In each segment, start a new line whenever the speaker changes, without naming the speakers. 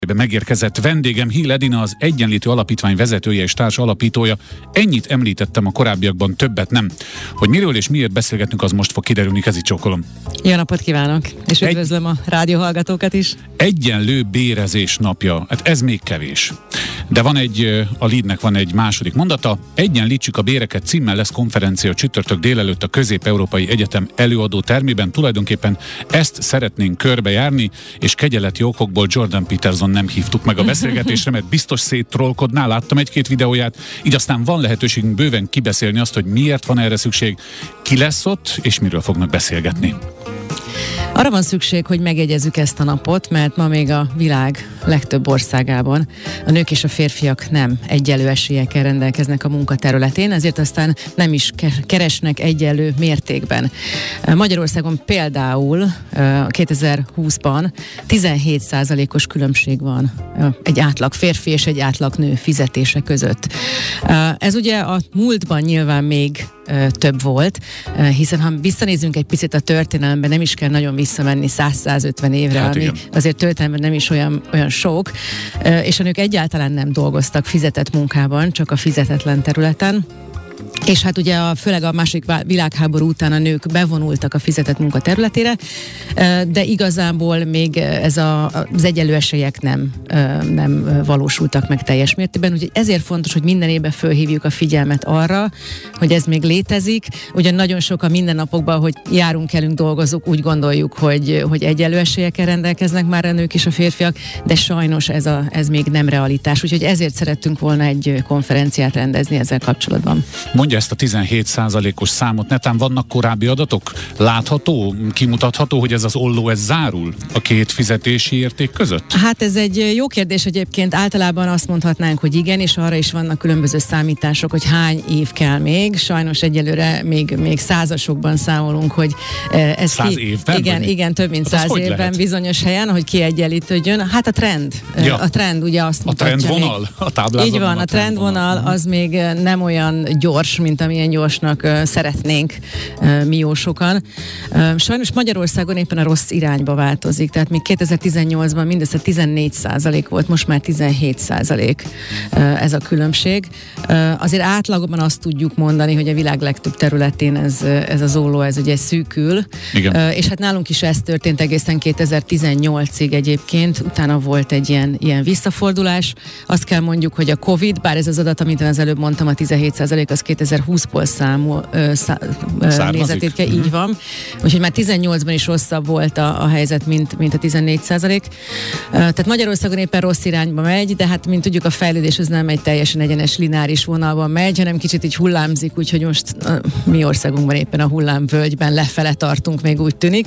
Megérkezett vendégem Hill Edina, az Egyenlítő Alapítvány vezetője és társ alapítója. Ennyit említettem a korábbiakban, többet nem. Hogy miről és miért beszélgetünk, az most fog kiderülni, kezicsókolom.
Jó napot kívánok, és üdvözlöm a rádióhallgatókat is.
Egyenlő bérezés napja, hát ez még kevés. De a Leadnek van egy második mondata. Egyenlítsük a béreket címmel lesz konferencia csütörtök délelőtt a Közép-Európai Egyetem előadó termében. Tulajdonképpen ezt szeretnénk körbejárni, és kegyeleti okokból Jordan Peterson nem hívtuk meg a beszélgetésre, mert biztos széttrollkodná, láttam egy-két videóját, így aztán van lehetőségünk bőven kibeszélni azt, hogy miért van erre szükség, ki lesz ott, és miről fognak beszélgetni.
Arra van szükség, hogy megjegyezzük ezt a napot, mert ma még a világ legtöbb országában a nők és a férfiak nem egyenlő esélyekkel rendelkeznek a munkaterületén, ezért aztán nem is keresnek egyenlő mértékben. Magyarországon például 2020-ban 17%-os különbség van egy átlag férfi és egy átlag nő fizetése között. Ez ugye a múltban nyilván még több volt, hiszen ha visszanézzünk egy picit a történelemben, nem is kell nagyon visszamenni 100-150 évre, hát ami azért történelemben nem is olyan sok, és a nők egyáltalán nem dolgoztak fizetett munkában, csak a fizetetlen területen. És hát ugye főleg a második világháború után a nők bevonultak a fizetett munka területére, de igazából még az egyenlő esélyek nem valósultak meg teljes mértékben, úgyhogy ezért fontos, hogy minden évben fölhívjuk a figyelmet arra, hogy ez még létezik. Ugyan nagyon sok a mindennapokban, hogy járunk, elünk, dolgozunk, úgy gondoljuk, hogy egyenlő esélyekkel rendelkeznek már a nők és a férfiak, de sajnos ez még nem realitás, úgyhogy ezért szerettünk volna egy konferenciát rendezni ezzel kapcsolatban.
Mondja ezt a 17%-os számot, netán vannak korábbi adatok? Látható, kimutatható, hogy ez az olló, ez zárul a két fizetési érték között? Hát
ez egy jó kérdés egyébként. Általában azt mondhatnánk, hogy igen, és arra is vannak különböző számítások, hogy hány év kell még. Sajnos egyelőre még százasokban számolunk, hogy ez
100 évben?
Igen, több mint 100 évben lehet? Bizonyos helyen, hogy kiegyenlítődjön. Hát a trend. Ja. A trend ugye azt mutatja.
A trendvonal? A táblázatban?
Így van, a trendvonal az még nem olyan gyors, mint amilyen gyorsnak szeretnénk mi jó sokan. Sajnos Magyarországon éppen a rossz irányba változik, tehát még 2018-ban mindössze 14% volt, most már 17% ez a különbség. Azért átlagban azt tudjuk mondani, hogy a világ legtöbb területén ez az olló, ez ugye szűkül. Igen. És hát nálunk is ez történt egészen 2018-ig egyébként, utána volt egy ilyen visszafordulás. Azt kell mondjuk, hogy a Covid, bár ez az adat, amit az előbb mondtam, a 17%, az 2020-ból nézetét kell, így van. Úgyhogy már 18-ban is rosszabb volt a helyzet, mint a 14%. Tehát Magyarországon éppen rossz irányba megy, de hát mint tudjuk, a fejlődés az nem egy teljesen egyenes lineáris vonalban megy, hanem kicsit így hullámzik, úgyhogy most mi országunkban éppen a hullámvölgyben lefele tartunk, még úgy tűnik.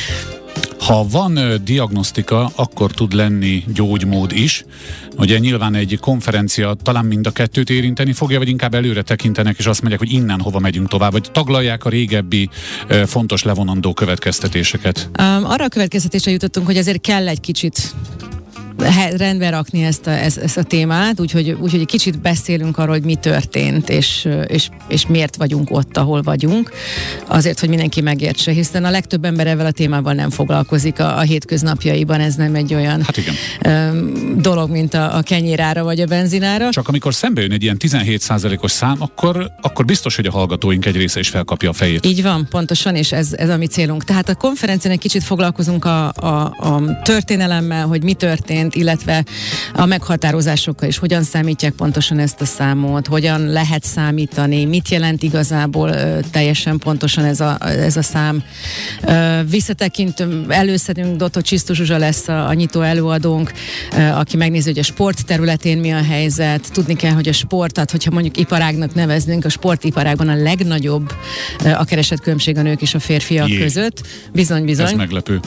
Ha van diagnosztika, akkor tud lenni gyógymód is. Ugye nyilván egy konferencia talán mind a kettőt érinteni fogja, vagy inkább előre tekintenek, és azt mondják, hogy innen hova megyünk tovább, vagy taglalják a régebbi fontos levonandó következtetéseket.
Arra a következtetésre jutottunk, hogy azért kell egy kicsit rendbe rakni ezt a témát, úgyhogy egy kicsit beszélünk arról, hogy mi történt, és miért vagyunk ott, ahol vagyunk, azért, hogy mindenki megértse, hiszen a legtöbb ember ezzel a témával nem foglalkozik a hétköznapjaiban, ez nem egy olyan dolog, mint a kenyérára vagy a benzinára.
Csak amikor szembe jön egy ilyen 17%-os szám, akkor biztos, hogy a hallgatóink egy része is felkapja a fejét.
Így van, pontosan, és ez a mi célunk. Tehát a konferencián egy kicsit foglalkozunk a történelemmel, hogy mi történt, illetve a meghatározásokkal is, hogyan számítják pontosan ezt a számot, hogyan lehet számítani, mit jelent igazából teljesen pontosan ez a szám. Visszatekintünk, előszedünk, Dr. Csisztus Zsuzsa lesz a nyitó előadónk, aki megnézi, hogy a sport területén mi a helyzet. Tudni kell, hogy a sportat, hogyha mondjuk iparágnak neveznünk, a sportiparágban a legnagyobb a keresetkülönbség a nők és a férfiak között. Bizony.
Ez meglepő.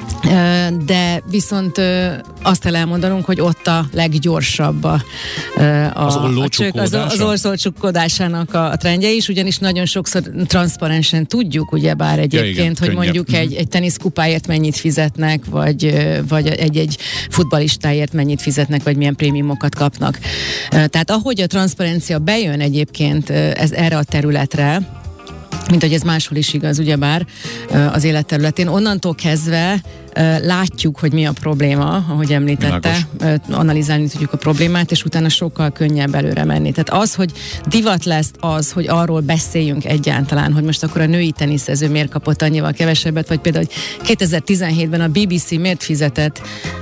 De viszont azt kell elmondanunk, hogy ott a leggyorsabb az ollócsukkodásának a trendje is, ugyanis nagyon sokszor transzparensen tudjuk, ugyebár egyébként, hogy mondjuk egy teniszkupáért mennyit fizetnek, vagy egy futballistáért mennyit fizetnek, vagy milyen prémiumokat kapnak. Tehát ahogy a transzparencia bejön egyébként erre a területre, mint hogy ez máshol is igaz, ugyebár az életterületén. Onnantól kezdve látjuk, hogy mi a probléma, ahogy említette, analizálni tudjuk a problémát, és utána sokkal könnyebb előre menni. Tehát az, hogy divat lesz az, hogy arról beszéljünk egyáltalán, hogy most akkor a női teniszező miért kapott annyival kevesebbet, vagy például 2017-ben a BBC miért fizetett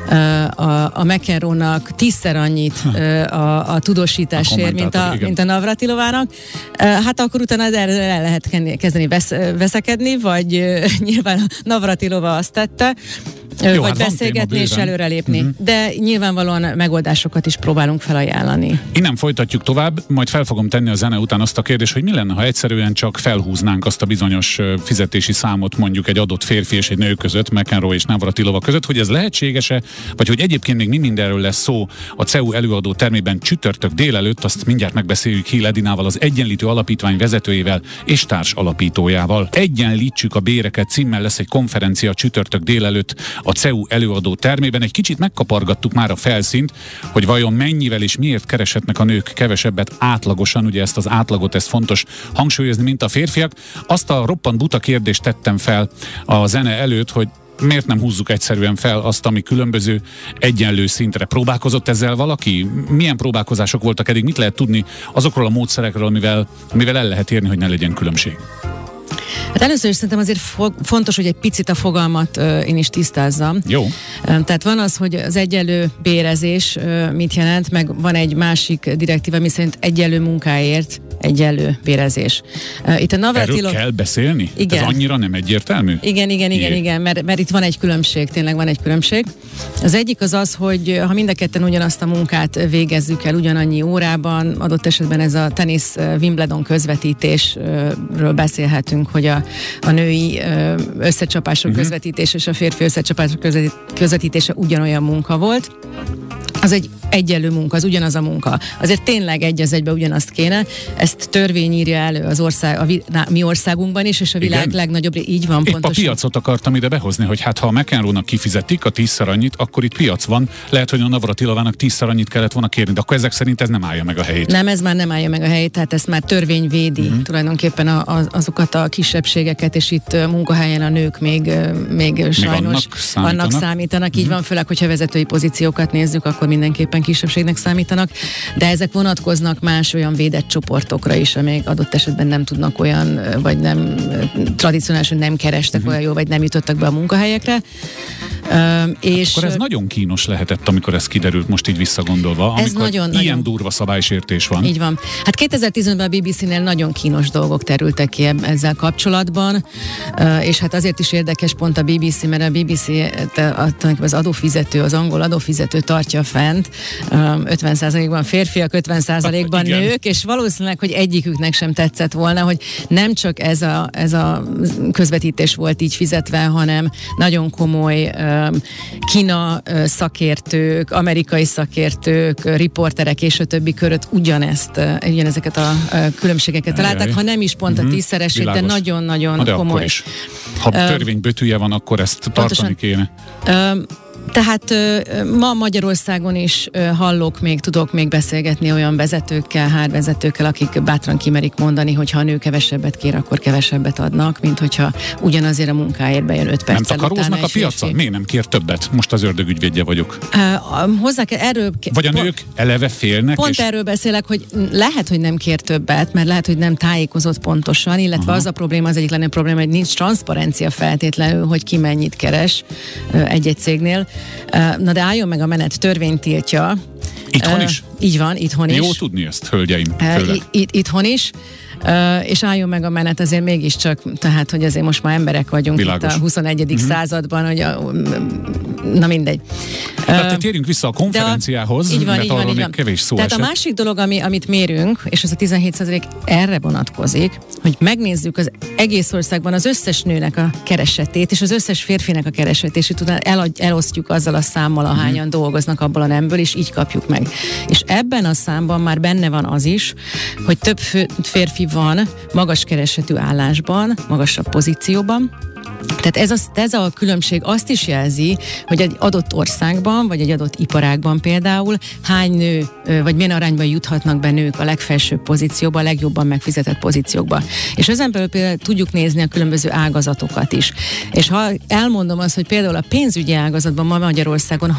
a McEnroe-nak 10-szer annyit a tudósításért, mint a Navratilovának, hát akkor utána erre el lehet kezdeni veszekedni, vagy nyilván Navratilova azt tette, jó, vagy beszélgetni és előrelépni. De nyilvánvalóan megoldásokat is próbálunk felajánlani.
Innen folytatjuk tovább, majd fel fogom tenni a zene után azt a kérdést, hogy mi lenne, ha egyszerűen csak felhúznánk azt a bizonyos fizetési számot mondjuk egy adott férfi és egy nő között, McEnroe és Navratilova között, hogy ez lehetséges-e, vagy hogy egyébként még mi mindenről lesz szó a CEU előadó termében csütörtök délelőtt, azt mindjárt megbeszéljük Hill Edinával, az Egyenlítő Alapítvány vezetőjével és társ alapítójával. Egyenlítsük a béreket címmel lesz egy konferencia csütörtök délelőtt a CEU előadó termében. Egy kicsit megkapargattuk már a felszínt, hogy vajon mennyivel és miért kereshetnek a nők kevesebbet átlagosan, ugye ezt az átlagot, ez fontos hangsúlyozni, mint a férfiak. Azt a roppant buta kérdést tettem fel a zene előtt, hogy miért nem húzzuk egyszerűen fel azt, ami különböző egyenlő szintre. Próbálkozott ezzel valaki? Milyen próbálkozások voltak eddig? Mit lehet tudni azokról a módszerekről, amivel el lehet érni, hogy ne legyen különbség?
Hát először is szerintem azért fontos, hogy egy picit a fogalmat én is tisztázzam.
Jó.
Tehát van az, hogy az egyenlő bérezés mit jelent, meg van egy másik direktíva, ami szerint egyenlő munkáért egyenlő bérezés. Itt a
Erről kell beszélni?
Igen.
Ez annyira nem egyértelmű?
Igen, mert itt van egy különbség, tényleg van egy különbség. Az egyik az, hogy ha mind a ketten ugyanazt a munkát végezzük el ugyanannyi órában, adott esetben ez a tenisz Wimbledon közvetítésről beszélhetünk, hogy a női összecsapások közvetítése és a férfi összecsapások közvetítése ugyanolyan munka volt. Az egy egyenlő munka, az ugyanaz a munka. Azért tényleg egy az egybe ugyanazt kéne. Ezt törvény írja elő az ország, mi országunkban is, és a világ
igen.
legnagyobb, így van
Épp
pontosan.
a piacot akartam ide behozni, hogy hát ha a McEnroe-nak kifizetik a 10-szer annyit, akkor itt piac van. Lehet, hogy a Navratilovának 10-szer annyit kellett volna kérni, de akkor ezek szerint ez nem állja meg a helyét.
Nem, ez már nem állja meg a helyét, tehát ezt már törvény védi tulajdonképpen azokat a kisebbségeket, és itt munkahelyen a nők még sajnos annak számítanak. Így van, főleg, hogyha vezetői pozíciókat nézzük, akkor mindenképpen kisebbségnek számítanak, de ezek vonatkoznak más olyan védett csoportokra is, amelyek adott esetben nem tudnak olyan, vagy nem tradicionálisan nem kerestek olyan jó, vagy nem jutottak be a munkahelyekre. És
akkor ez nagyon kínos lehetett, amikor ez kiderült, most így visszagondolva, amikor ilyen durva szabálysértés van.
Így van. Hát 2015-ben a BBC-nél nagyon kínos dolgok terültek ki ezzel kapcsolatban, és hát azért is érdekes pont a BBC, mert a BBC az adófizető, az angol adófizető tartja fent, 50%-ban férfiak, 50%-ban nők, és valószínűleg, hogy egyiküknek sem tetszett volna, hogy nem csak ez a közvetítés volt így fizetve, hanem nagyon komoly Kína szakértők, amerikai szakértők, riporterek és a többi körött ugyanezeket a különbségeket találták, ha nem is pont a 10-szeresét, de nagyon-nagyon komoly. Akkor is.
Ha törvénybetűje van, akkor ezt tartani kéne.
Tehát ma Magyarországon is tudok még beszélgetni olyan vezetőkkel, hárvezetőkkel, akik bátran kimerik mondani, hogy ha a nő kevesebbet kér, akkor kevesebbet adnak, mint hogyha ugyanazért a munkáért bejön 5 perccel utána.
Nem takaróznak a piacon? Miért nem kér többet? Most az ördögügyvédje vagyok. Vagy a nők eleve félnek?
Pont erről beszélek, hogy lehet, hogy nem kér többet, mert lehet, hogy nem tájékozott pontosan, illetve az a probléma, az egyik legnagyobb probléma, hogy nincs transzparencia feltétlenül, hogy ki mennyit keres egy-egy cégnél. Na de álljon meg a menet, törvény tiltja.
Itthon is?
Így van, itthon is.
Jó tudni ezt, hölgyeim.
Itthon is. És álljon meg a menet azért mégiscsak, tehát, hogy azért most már emberek vagyunk. Világos. Itt a 21. században, hogy na mindegy.
Tehát térjünk vissza a konferenciához, mert arról még kevés szó
Tehát esett. A másik dolog, amit mérünk, és az a 17% erre vonatkozik, hogy megnézzük az egész országban az összes nőnek a keresetét, és az összes férfinek a keresetét, és utána elosztjuk azzal a számmal, ahányan dolgoznak abból a nemből, és így kapjuk meg. És ebben a számban már benne van az is, hogy több férfi van magas keresetű állásban, magasabb pozícióban, Tehát ez a különbség azt is jelzi, hogy egy adott országban, vagy egy adott iparágban például hány nő, vagy milyen arányban juthatnak be nők a legfelsőbb pozícióba, a legjobban megfizetett pozíciókba. És ezen belül például tudjuk nézni a különböző ágazatokat is. És ha elmondom azt, hogy például a pénzügyi ágazatban ma Magyarországon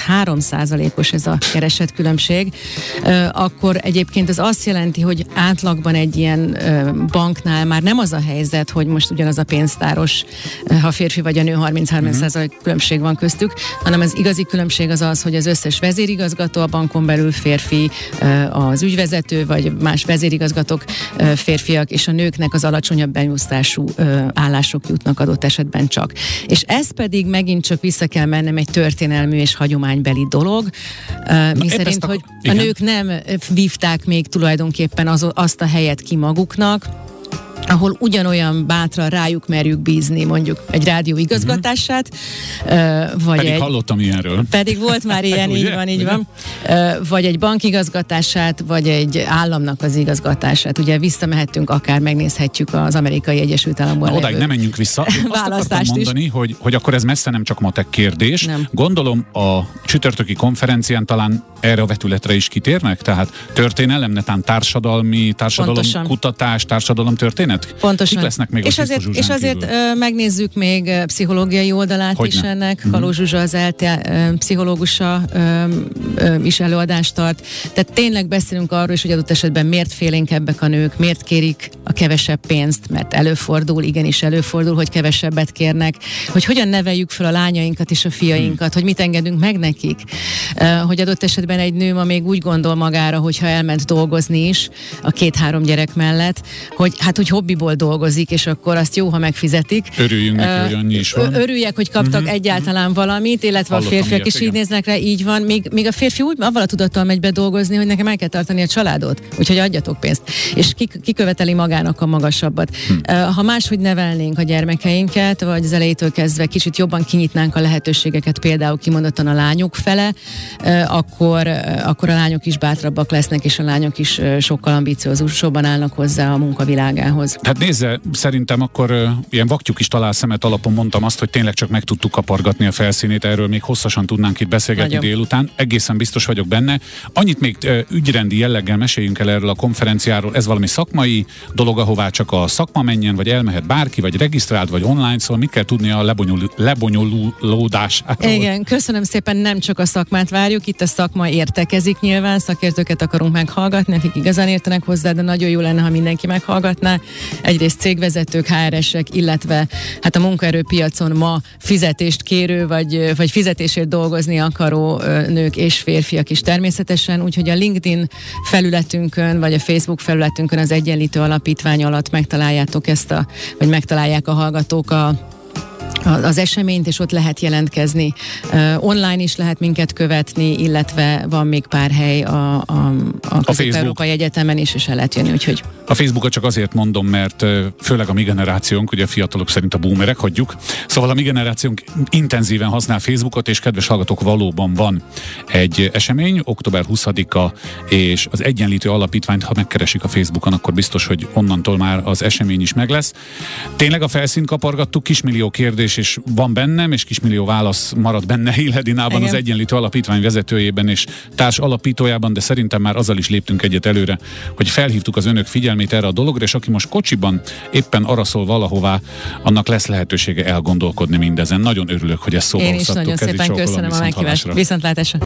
33%-os ez a keresetkülönbség, akkor egyébként ez azt jelenti, hogy átlagban egy ilyen banknál már nem az a helyzet, hogy most ugyanaz a pénztáros, ha férfi vagy a nő, 33% különbség van köztük, hanem az igazi különbség az, hogy az összes vezérigazgató a bankon belül férfi, az ügyvezető vagy más vezérigazgatók férfiak, és a nőknek az alacsonyabb beosztású állások jutnak adott esetben csak. És ez pedig megint csak vissza kell mennem egy történelmű és hagyománybeli dolog, miszerint, hogy a nők nem vívták még tulajdonképpen azt a helyet ki maguknak, ahol ugyanolyan bátran rájuk merjük bízni mondjuk egy rádió igazgatását, vagy
pedig hallottam ilyenről.
Pedig volt már ilyen, így van. Vagy egy bank igazgatását, vagy egy államnak az igazgatását. Ugye visszamehetünk, akár megnézhetjük az Amerikai Egyesült Államokban.
Odáig nem menjünk vissza. Azt akartam mondani, hogy akkor ez messze nem csak matek kérdés. Nem. Gondolom a csütörtöki konferencián talán erre a vetületre is kitérnek? Tehát történelem, netán társadalom kutatás, társadalom történet?
Pontosan.
Kik lesznek még
és azért megnézzük még pszichológiai oldalát is ennek. Haló Zsuzsa, az ELTE pszichológusa is előadást tart. Tehát tényleg beszélünk arról is, hogy adott esetben miért félénkebbek a nők, miért kérik a kevesebb pénzt, mert igenis előfordul, hogy kevesebbet kérnek, hogy hogyan neveljük fel a lányainkat és a fiainkat, hogy mit engedünk meg nekik. Hogy adott esetben egy nő ma még úgy gondol magára, hogyha elment dolgozni is a 2-3 gyerek mellett, hogy hobbiból dolgozik, és akkor azt jó, ha megfizetik.
Örüljünk neki, hogy annyi is van.
Örüljek, hogy kaptak egyáltalán valamit, illetve hallottam, a férfiak is így néznek rá, így van. Még a férfi úgy avval a tudattal megy be dolgozni, hogy nekem el kell tartani a családot, úgyhogy adjatok pénzt. És kiköveteli magának a magasabbat. Ha máshogy nevelnénk a gyermekeinket, vagy az elejétől kezdve kicsit jobban kinyitnánk a lehetőségeket, például kimondottan a lányok fele, akkor a lányok is bátrabbak lesznek, és a lányok is sokkal ambiciózusabban állnak hozzá a munkavilágához.
Hát nézze, szerintem akkor ilyen vaktyúk is talál szemet alapon mondtam azt, hogy tényleg csak meg tudtuk kapargatni a felszínét, erről még hosszasan tudnánk itt beszélgetni délután, egészen biztos vagyok benne. Annyit még ügyrendi jelleggel meséljünk el erről a konferenciáról, ez valami szakmai dolog, ahová csak a szakma menjen, vagy elmehet bárki, vagy regisztrált, vagy online, szóval mit kell tudni a lebonyolódásáról?
Igen, köszönöm szépen, nem csak a szakmát várjuk, itt a szakma értekezik nyilván, szakértőket akarunk meghallgatni, akik igazán értenek hozzá, de nagyon jó lenne, ha mindenki meghallgatná. Egyrészt cégvezetők, HR-esek, illetve hát a munkaerőpiacon ma fizetést kérő, vagy fizetésért dolgozni akaró nők és férfiak is természetesen, úgyhogy a LinkedIn felületünkön, vagy a Facebook felületünkön az Egyenlítő Alapítvány alatt megtaláljátok vagy megtalálják a hallgatók az eseményt, és ott lehet jelentkezni. Online is lehet minket követni, illetve van még pár hely a Közép-Európai Egyetemen is, és el lehet jönni, úgyhogy...
A Facebookot csak azért mondom, mert főleg a mi generációnk, ugye a fiatalok szerint a boomerek, hagyjuk. Szóval a mi generációnk intenzíven használ Facebookot, és kedves hallgatók, valóban van egy esemény, október 20-a, és az Egyenlítő Alapítványt, ha megkeresik a Facebookon, akkor biztos, hogy onnantól már az esemény is meg lesz. Tényleg a felszínt kapargattuk, kismillió kérdés és van bennem, és kismillió válasz marad benne Hill-Edinában, az Egyenlítő Alapítvány vezetőjében és társ alapítójában, de szerintem már azzal is léptünk egyet előre, hogy felhívtuk az önök figyelmét erre a dologra, és aki most kocsiban éppen araszol valahová, annak lesz lehetősége elgondolkodni mindezen. Nagyon örülök, hogy ezt szóba hoztattuk.
Én is nagyon szépen köszönöm a meghívást. Viszontlátásra!